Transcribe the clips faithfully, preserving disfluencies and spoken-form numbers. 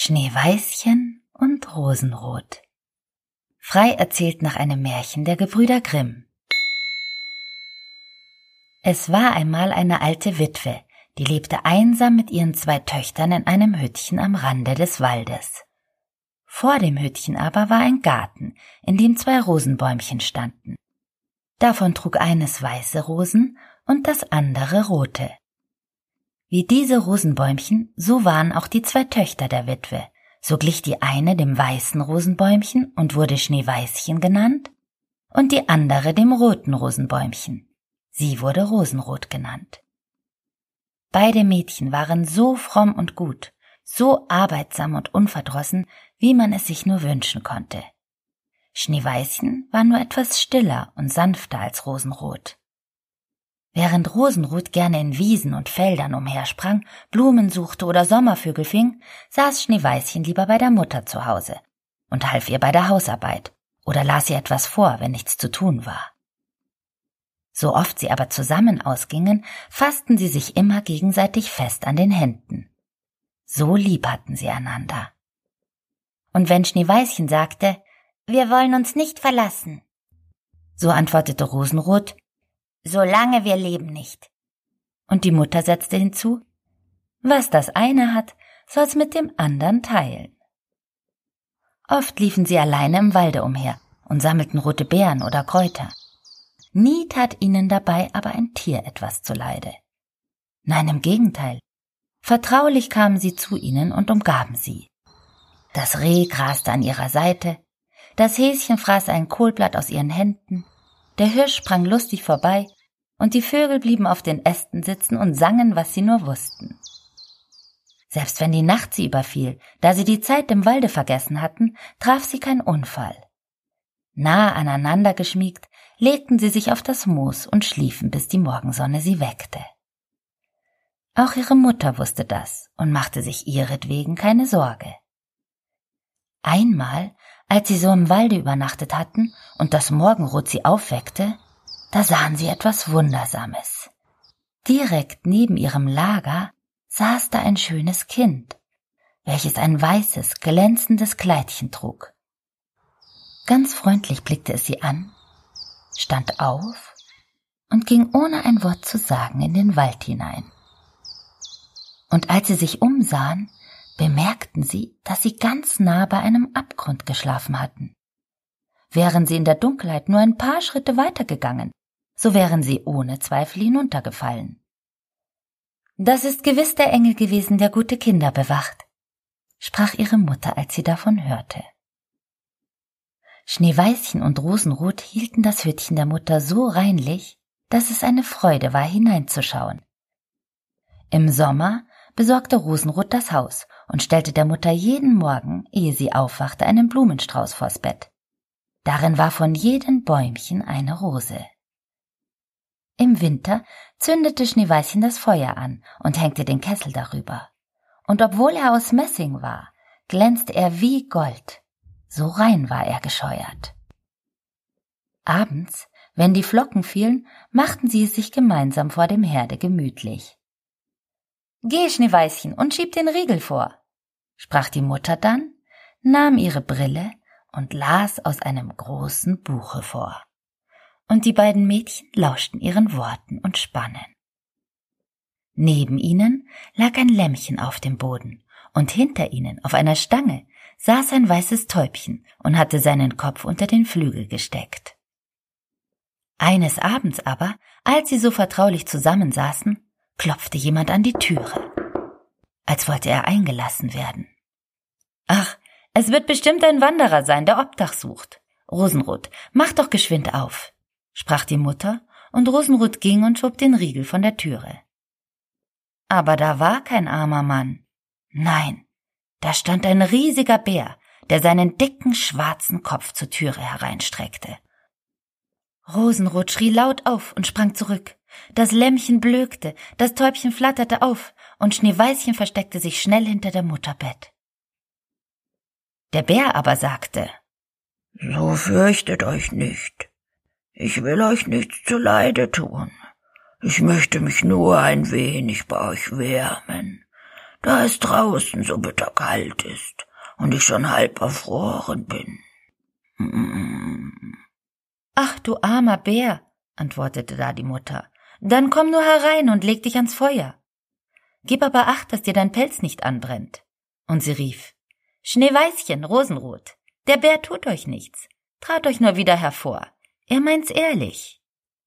Schneeweißchen und Rosenrot. Frei erzählt nach einem Märchen der Gebrüder Grimm. Es war einmal eine alte Witwe, die lebte einsam mit ihren zwei Töchtern in einem Hüttchen am Rande des Waldes. Vor dem Hüttchen aber war ein Garten, in dem zwei Rosenbäumchen standen. Davon trug eines weiße Rosen und das andere rote. Wie diese Rosenbäumchen, so waren auch die zwei Töchter der Witwe. So glich die eine dem weißen Rosenbäumchen und wurde Schneeweißchen genannt, und die andere dem roten Rosenbäumchen. Sie wurde Rosenrot genannt. Beide Mädchen waren so fromm und gut, so arbeitsam und unverdrossen, wie man es sich nur wünschen konnte. Schneeweißchen war nur etwas stiller und sanfter als Rosenrot. Während Rosenrot gerne in Wiesen und Feldern umhersprang, Blumen suchte oder Sommervögel fing, saß Schneeweißchen lieber bei der Mutter zu Hause und half ihr bei der Hausarbeit oder las ihr etwas vor, wenn nichts zu tun war. So oft sie aber zusammen ausgingen, fassten sie sich immer gegenseitig fest an den Händen. So lieb hatten sie einander. Und wenn Schneeweißchen sagte, »Wir wollen uns nicht verlassen«, so antwortete Rosenrot, »Solange wir leben nicht.« Und die Mutter setzte hinzu, »Was das eine hat, soll's mit dem andern teilen.« Oft liefen sie alleine im Walde umher und sammelten rote Beeren oder Kräuter. Nie tat ihnen dabei aber ein Tier etwas zuleide. Nein, im Gegenteil. Vertraulich kamen sie zu ihnen und umgaben sie. Das Reh graste an ihrer Seite, das Häschen fraß ein Kohlblatt aus ihren Händen, der Hirsch sprang lustig vorbei und die Vögel blieben auf den Ästen sitzen und sangen, was sie nur wussten. Selbst wenn die Nacht sie überfiel, da sie die Zeit im Walde vergessen hatten, traf sie kein Unfall. Nah aneinander geschmiegt, legten sie sich auf das Moos und schliefen, bis die Morgensonne sie weckte. Auch ihre Mutter wusste das und machte sich ihretwegen keine Sorge. Einmal, als sie so im Walde übernachtet hatten und das Morgenrot sie aufweckte, da sahen sie etwas Wundersames. Direkt neben ihrem Lager saß da ein schönes Kind, welches ein weißes, glänzendes Kleidchen trug. Ganz freundlich blickte es sie an, stand auf und ging ohne ein Wort zu sagen in den Wald hinein. Und als sie sich umsahen, bemerkten sie, dass sie ganz nah bei einem Abgrund geschlafen hatten. Wären sie in der Dunkelheit nur ein paar Schritte weitergegangen, so wären sie ohne Zweifel hinuntergefallen. »Das ist gewiss der Engel gewesen, der gute Kinder bewacht«, sprach ihre Mutter, als sie davon hörte. Schneeweißchen und Rosenrot hielten das Hüttchen der Mutter so reinlich, dass es eine Freude war, hineinzuschauen. Im Sommer besorgte Rosenrot das Haus und stellte der Mutter jeden Morgen, ehe sie aufwachte, einen Blumenstrauß vors Bett. Darin war von jedem Bäumchen eine Rose. Im Winter zündete Schneeweißchen das Feuer an und hängte den Kessel darüber. Und obwohl er aus Messing war, glänzte er wie Gold. So rein war er gescheuert. Abends, wenn die Flocken fielen, machten sie es sich gemeinsam vor dem Herde gemütlich. »Geh, Schneeweißchen, und schieb den Riegel vor«, sprach die Mutter dann, nahm ihre Brille und las aus einem großen Buche vor. Und die beiden Mädchen lauschten ihren Worten und spannen. Neben ihnen lag ein Lämmchen auf dem Boden, und hinter ihnen, auf einer Stange, saß ein weißes Täubchen und hatte seinen Kopf unter den Flügel gesteckt. Eines Abends aber, als sie so vertraulich zusammensaßen, klopfte jemand an die Türe, als wollte er eingelassen werden. »Ach, es wird bestimmt ein Wanderer sein, der Obdach sucht. Rosenrot, mach doch geschwind auf«, sprach die Mutter, und Rosenrot ging und schob den Riegel von der Türe. Aber da war kein armer Mann. Nein, da stand ein riesiger Bär, der seinen dicken, schwarzen Kopf zur Türe hereinstreckte. Rosenrot schrie laut auf und sprang zurück. Das Lämmchen blökte, das Täubchen flatterte auf, und Schneeweißchen versteckte sich schnell hinter der Mutter Bett. Der Bär aber sagte, »So fürchtet euch nicht. Ich will euch nichts zuleide tun. Ich möchte mich nur ein wenig bei euch wärmen, da es draußen so bitterkalt ist und ich schon halb erfroren bin. »Ach, du armer Bär«, antwortete da die Mutter, »dann komm nur herein und leg dich ans Feuer. Gib aber Acht, dass dir dein Pelz nicht anbrennt.« Und sie rief, »Schneeweißchen, Rosenrot, der Bär tut euch nichts, trat euch nur wieder hervor, er meint's ehrlich.«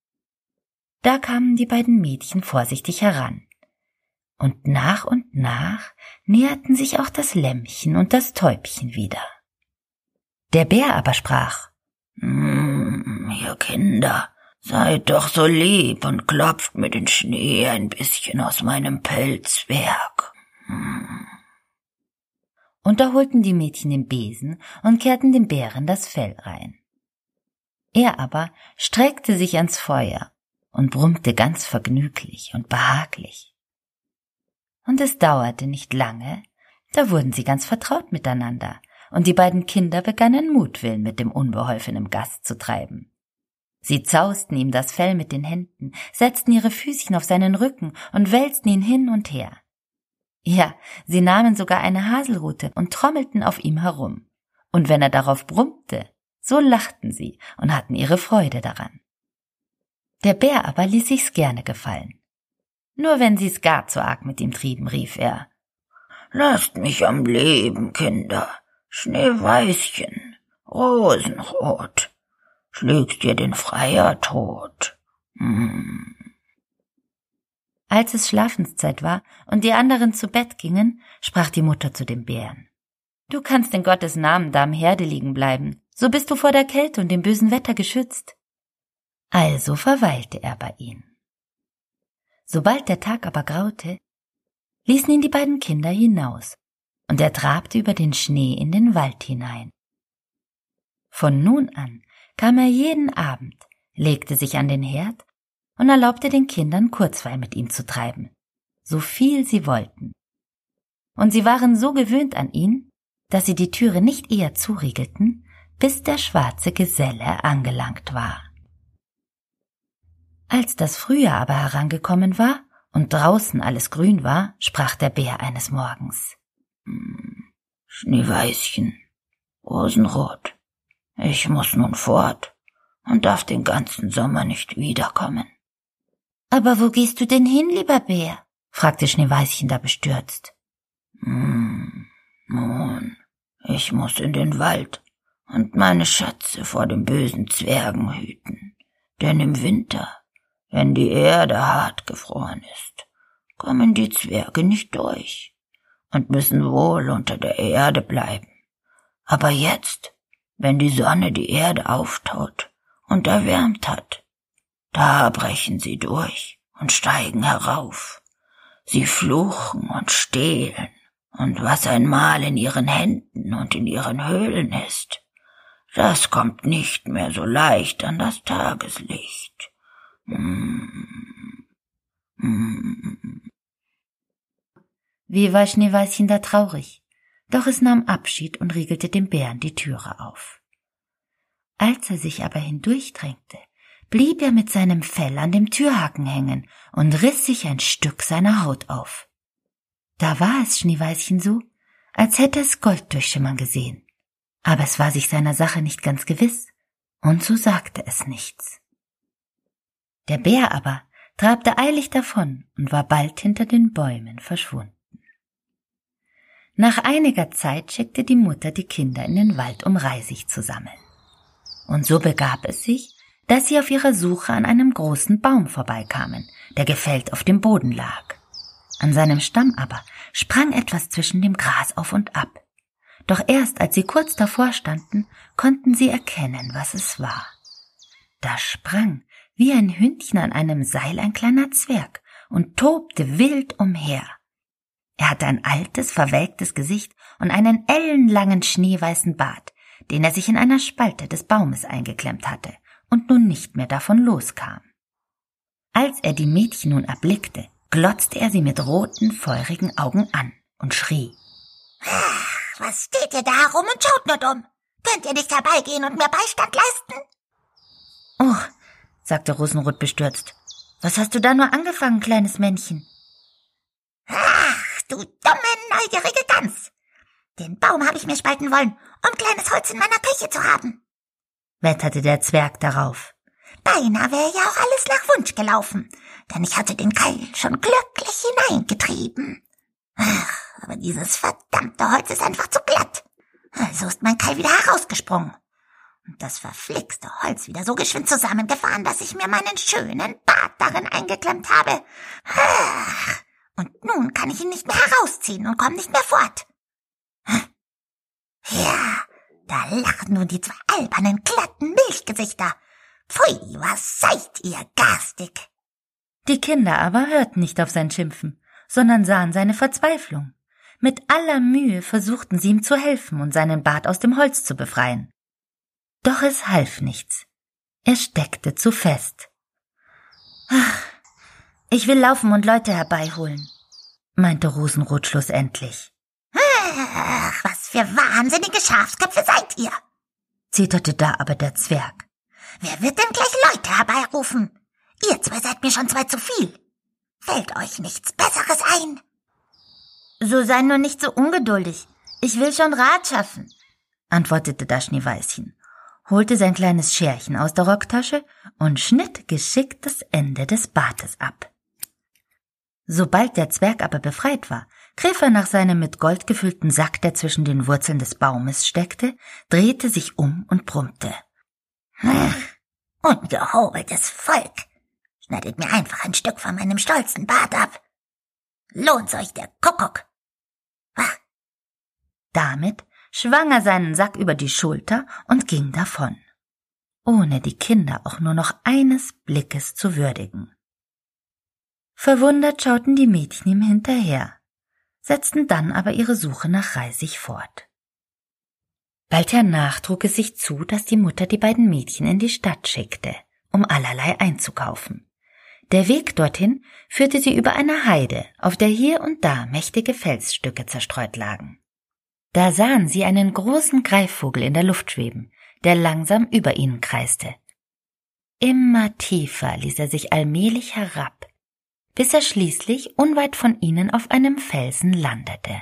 Da kamen die beiden Mädchen vorsichtig heran, und nach und nach näherten sich auch das Lämmchen und das Täubchen wieder. Der Bär aber sprach, »Hm, ihr Kinder, seid doch so lieb und klopft mir den Schnee ein bisschen aus meinem Pelzwerk.« Hm. Und da holten die Mädchen den Besen und kehrten dem Bären das Fell rein. Er aber streckte sich ans Feuer und brummte ganz vergnüglich und behaglich. Und es dauerte nicht lange, da wurden sie ganz vertraut miteinander, und die beiden Kinder begannen Mutwillen mit dem unbeholfenen Gast zu treiben. Sie zausten ihm das Fell mit den Händen, setzten ihre Füßchen auf seinen Rücken und wälzten ihn hin und her. Ja, sie nahmen sogar eine Haselrute und trommelten auf ihm herum, und wenn er darauf brummte, so lachten sie und hatten ihre Freude daran. Der Bär aber ließ sich's gerne gefallen. Nur wenn sie's gar zu arg mit ihm trieben, rief er, »Lasst mich am Leben, Kinder, Schneeweißchen, Rosenrot, schlägst dir den Freier tot.« Hm. Als es Schlafenszeit war und die anderen zu Bett gingen, sprach die Mutter zu dem Bären, »Du kannst in Gottes Namen da am Herde liegen bleiben, so bist du vor der Kälte und dem bösen Wetter geschützt.« Also verweilte er bei ihnen. Sobald der Tag aber graute, ließen ihn die beiden Kinder hinaus, und er trabte über den Schnee in den Wald hinein. Von nun an kam er jeden Abend, legte sich an den Herd und erlaubte den Kindern Kurzweil mit ihm zu treiben, so viel sie wollten. Und sie waren so gewöhnt an ihn, dass sie die Türe nicht eher zuriegelten, bis der schwarze Geselle angelangt war. Als das Frühjahr aber herangekommen war und draußen alles grün war, sprach der Bär eines Morgens, hm, »Schneeweißchen, Rosenrot, ich muss nun fort und darf den ganzen Sommer nicht wiederkommen.« »Aber wo gehst du denn hin, lieber Bär?« fragte Schneeweißchen da bestürzt. Hm, nun, ich muss in den Wald und meine Schätze vor den bösen Zwergen hüten, denn im Winter, wenn die Erde hart gefroren ist, kommen die Zwerge nicht durch und müssen wohl unter der Erde bleiben. Aber jetzt, wenn die Sonne die Erde auftaut und erwärmt hat, da brechen sie durch und steigen herauf. Sie fluchen und stehlen, und was einmal in ihren Händen und in ihren Höhlen ist, das kommt nicht mehr so leicht an das Tageslicht. Mm. Mm. Wie war Schneeweißchen da traurig, doch es nahm Abschied und riegelte dem Bären die Türe auf. Als er sich aber hindurchdrängte, blieb er mit seinem Fell an dem Türhaken hängen und riss sich ein Stück seiner Haut auf. Da war es Schneeweißchen so, als hätte es Gold durchschimmern gesehen, aber es war sich seiner Sache nicht ganz gewiss, und so sagte es nichts. Der Bär aber trabte eilig davon und war bald hinter den Bäumen verschwunden. Nach einiger Zeit schickte die Mutter die Kinder in den Wald, um Reisig zu sammeln. Und so begab es sich, dass sie auf ihrer Suche an einem großen Baum vorbeikamen, der gefällt auf dem Boden lag. An seinem Stamm aber sprang etwas zwischen dem Gras auf und ab. Doch erst als sie kurz davor standen, konnten sie erkennen, was es war. Da sprang wie ein Hündchen an einem Seil ein kleiner Zwerg und tobte wild umher. Er hatte ein altes, verwelktes Gesicht und einen ellenlangen schneeweißen Bart, den er sich in einer Spalte des Baumes eingeklemmt hatte und nun nicht mehr davon loskam. Als er die Mädchen nun erblickte, glotzte er sie mit roten, feurigen Augen an und schrie, »Ach, was steht ihr da rum und schaut nur dumm? Könnt ihr nicht herbeigehen und mir Beistand leisten?« »Oh«, sagte Rosenrot bestürzt, »was hast du da nur angefangen, kleines Männchen?« »Ach, du dumme, neugierige Gans. Den Baum habe ich mir spalten wollen, um kleines Holz in meiner Küche zu haben, wetterte der Zwerg darauf. Beinahe wäre ja auch alles nach Wunsch gelaufen, denn ich hatte den Keil schon glücklich hineingetrieben. Ach, aber dieses verdammte Holz ist einfach zu glatt. Also ist mein Keil wieder herausgesprungen und das verflixte Holz wieder so geschwind zusammengefahren, dass ich mir meinen schönen Bart darin eingeklemmt habe. Ach, und nun kann ich ihn nicht mehr herausziehen und komme nicht mehr fort. Ja, da lachen nun die zwei albernen, glatten Milchgesichter. Pfui, was seid ihr garstig! Die Kinder aber hörten nicht auf sein Schimpfen, sondern sahen seine Verzweiflung. Mit aller Mühe versuchten sie ihm zu helfen und seinen Bart aus dem Holz zu befreien. Doch es half nichts. Er steckte zu fest. »Ach, ich will laufen und Leute herbeiholen«, meinte Rosenrot schlussendlich. »Ach, was für wahnsinnige Schafsköpfe seid ihr«, zitterte da aber der Zwerg. »Wer wird denn gleich Leute herbeirufen? Ihr zwei seid mir schon zwei zu viel. Fällt euch nichts Besseres ein?« »So sei nur nicht so ungeduldig. Ich will schon Rat schaffen«, antwortete das Schneeweißchen, holte sein kleines Scherchen aus der Rocktasche und schnitt geschickt das Ende des Bartes ab. Sobald der Zwerg aber befreit war, griff er nach seinem mit Gold gefüllten Sack, der zwischen den Wurzeln des Baumes steckte, drehte sich um und brummte. Ach, ungehobeltes Volk! Schneidet mir einfach ein Stück von meinem stolzen Bart ab. Lohnt's euch der Kuckuck? Ach. Damit schwang er seinen Sack über die Schulter und ging davon, ohne die Kinder auch nur noch eines Blickes zu würdigen. Verwundert schauten die Mädchen ihm hinterher, setzten dann aber ihre Suche nach Reisig fort. Bald hernach trug es sich zu, dass die Mutter die beiden Mädchen in die Stadt schickte, um allerlei einzukaufen. Der Weg dorthin führte sie über eine Heide, auf der hier und da mächtige Felsstücke zerstreut lagen. Da sahen sie einen großen Greifvogel in der Luft schweben, der langsam über ihnen kreiste. Immer tiefer ließ er sich allmählich herab, bis er schließlich unweit von ihnen auf einem Felsen landete.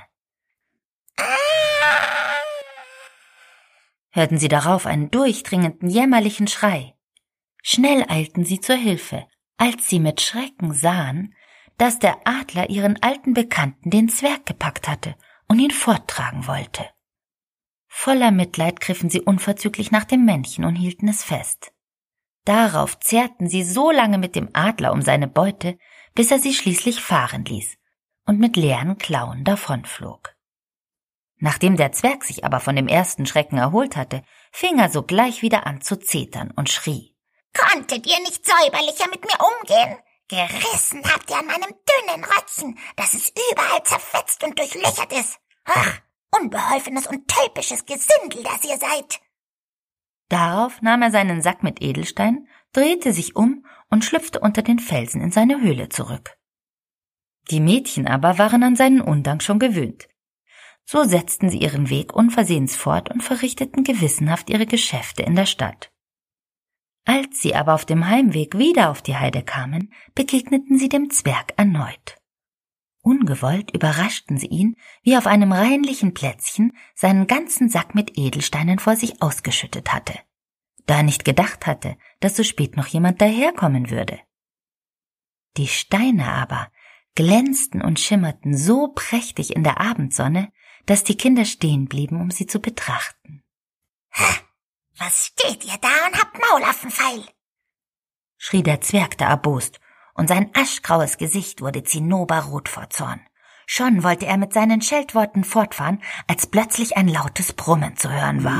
Hörten sie darauf einen durchdringenden, jämmerlichen Schrei. Schnell eilten sie zur Hilfe, als sie mit Schrecken sahen, dass der Adler ihren alten Bekannten, den Zwerg, gepackt hatte und ihn forttragen wollte. Voller Mitleid griffen sie unverzüglich nach dem Männchen und hielten es fest. Darauf zerrten sie so lange mit dem Adler um seine Beute, bis er sie schließlich fahren ließ und mit leeren Klauen davonflog. Nachdem der Zwerg sich aber von dem ersten Schrecken erholt hatte, fing er sogleich wieder an zu zetern und schrie. »Konntet ihr nicht säuberlicher mit mir umgehen? Gerissen habt ihr an meinem dünnen Rötzen, dass es überall zerfetzt und durchlöchert ist. Ach, unbeholfenes und tölpisches Gesindel, das ihr seid!« Darauf nahm er seinen Sack mit Edelsteinen, drehte sich um und schlüpfte unter den Felsen in seine Höhle zurück. Die Mädchen aber waren an seinen Undank schon gewöhnt. So setzten sie ihren Weg unversehens fort und verrichteten gewissenhaft ihre Geschäfte in der Stadt. Als sie aber auf dem Heimweg wieder auf die Heide kamen, begegneten sie dem Zwerg erneut. Ungewollt überraschten sie ihn, wie auf einem reinlichen Plätzchen seinen ganzen Sack mit Edelsteinen vor sich ausgeschüttet hatte, da er nicht gedacht hatte, dass so spät noch jemand daherkommen würde. Die Steine aber glänzten und schimmerten so prächtig in der Abendsonne, dass die Kinder stehen blieben, um sie zu betrachten. »Ha, was steht ihr da und habt Maulaffenfeil?« schrie der Zwerg da erbost, und sein aschgraues Gesicht wurde zinnoberrot vor Zorn. Schon wollte er mit seinen Scheltworten fortfahren, als plötzlich ein lautes Brummen zu hören war.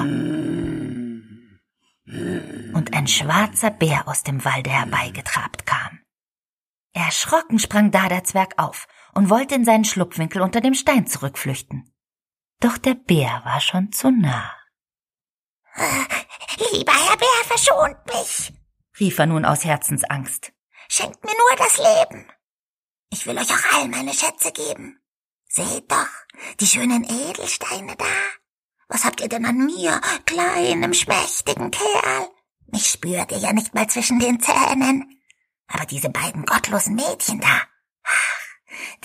Und ein schwarzer Bär aus dem Walde herbeigetrabt kam. Erschrocken sprang da der Zwerg auf und wollte in seinen Schlupfwinkel unter dem Stein zurückflüchten. Doch der Bär war schon zu nah. »Lieber Herr Bär, verschont mich«, rief er nun aus Herzensangst. »Schenkt mir nur das Leben. Ich will euch auch all meine Schätze geben. Seht doch, die schönen Edelsteine da. Was habt ihr denn an mir, kleinem, schmächtigen Kerl? Mich spürt ihr ja nicht mal zwischen den Zähnen. Aber diese beiden gottlosen Mädchen da, ach,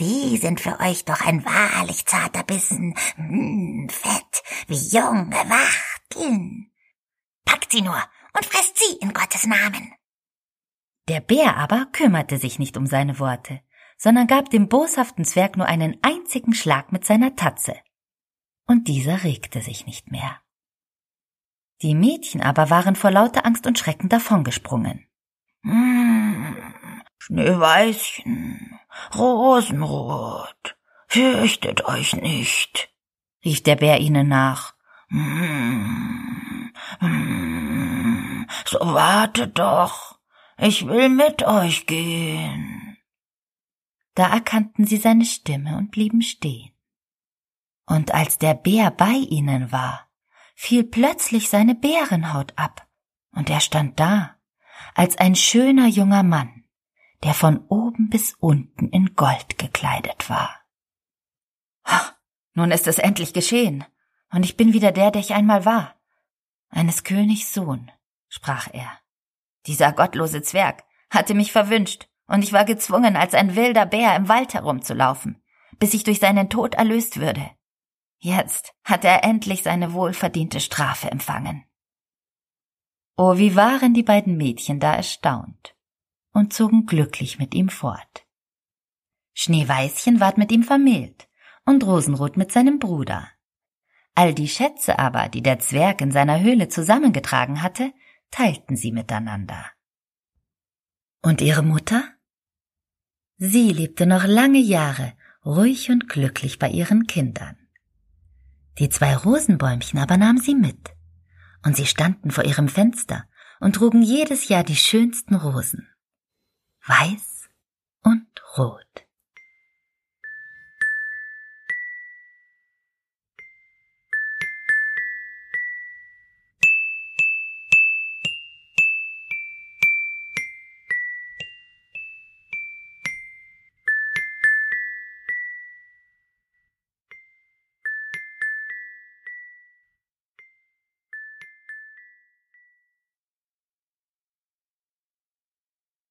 Die sind für euch doch ein wahrlich zarter Bissen, mm, fett wie junge Wachteln. Packt sie nur und fresst sie in Gottes Namen. Der Bär aber kümmerte sich nicht um seine Worte, sondern gab dem boshaften Zwerg nur einen einzigen Schlag mit seiner Tatze. Und dieser regte sich nicht mehr. Die Mädchen aber waren vor lauter Angst und Schrecken davongesprungen. Hm, Schneeweißchen, Rosenrot, fürchtet euch nicht, rief der Bär ihnen nach. Hm, hm, so wartet doch, ich will mit euch gehen. Da erkannten sie seine Stimme und blieben stehen. Und als der Bär bei ihnen war, fiel plötzlich seine Bärenhaut ab, und er stand da, als ein schöner junger Mann, der von oben bis unten in Gold gekleidet war. Ha, nun ist es endlich geschehen, und ich bin wieder der, der ich einmal war. Eines Königs Sohn, sprach er. Dieser gottlose Zwerg hatte mich verwünscht, und ich war gezwungen, als ein wilder Bär im Wald herumzulaufen, bis ich durch seinen Tod erlöst würde. Jetzt hat er endlich seine wohlverdiente Strafe empfangen. Oh, wie waren die beiden Mädchen da erstaunt und zogen glücklich mit ihm fort. Schneeweißchen ward mit ihm vermählt und Rosenrot mit seinem Bruder. All die Schätze aber, die der Zwerg in seiner Höhle zusammengetragen hatte, teilten sie miteinander. Und ihre Mutter? Sie lebte noch lange Jahre ruhig und glücklich bei ihren Kindern. Die zwei Rosenbäumchen aber nahm sie mit, und sie standen vor ihrem Fenster und trugen jedes Jahr die schönsten Rosen, weiß und rot.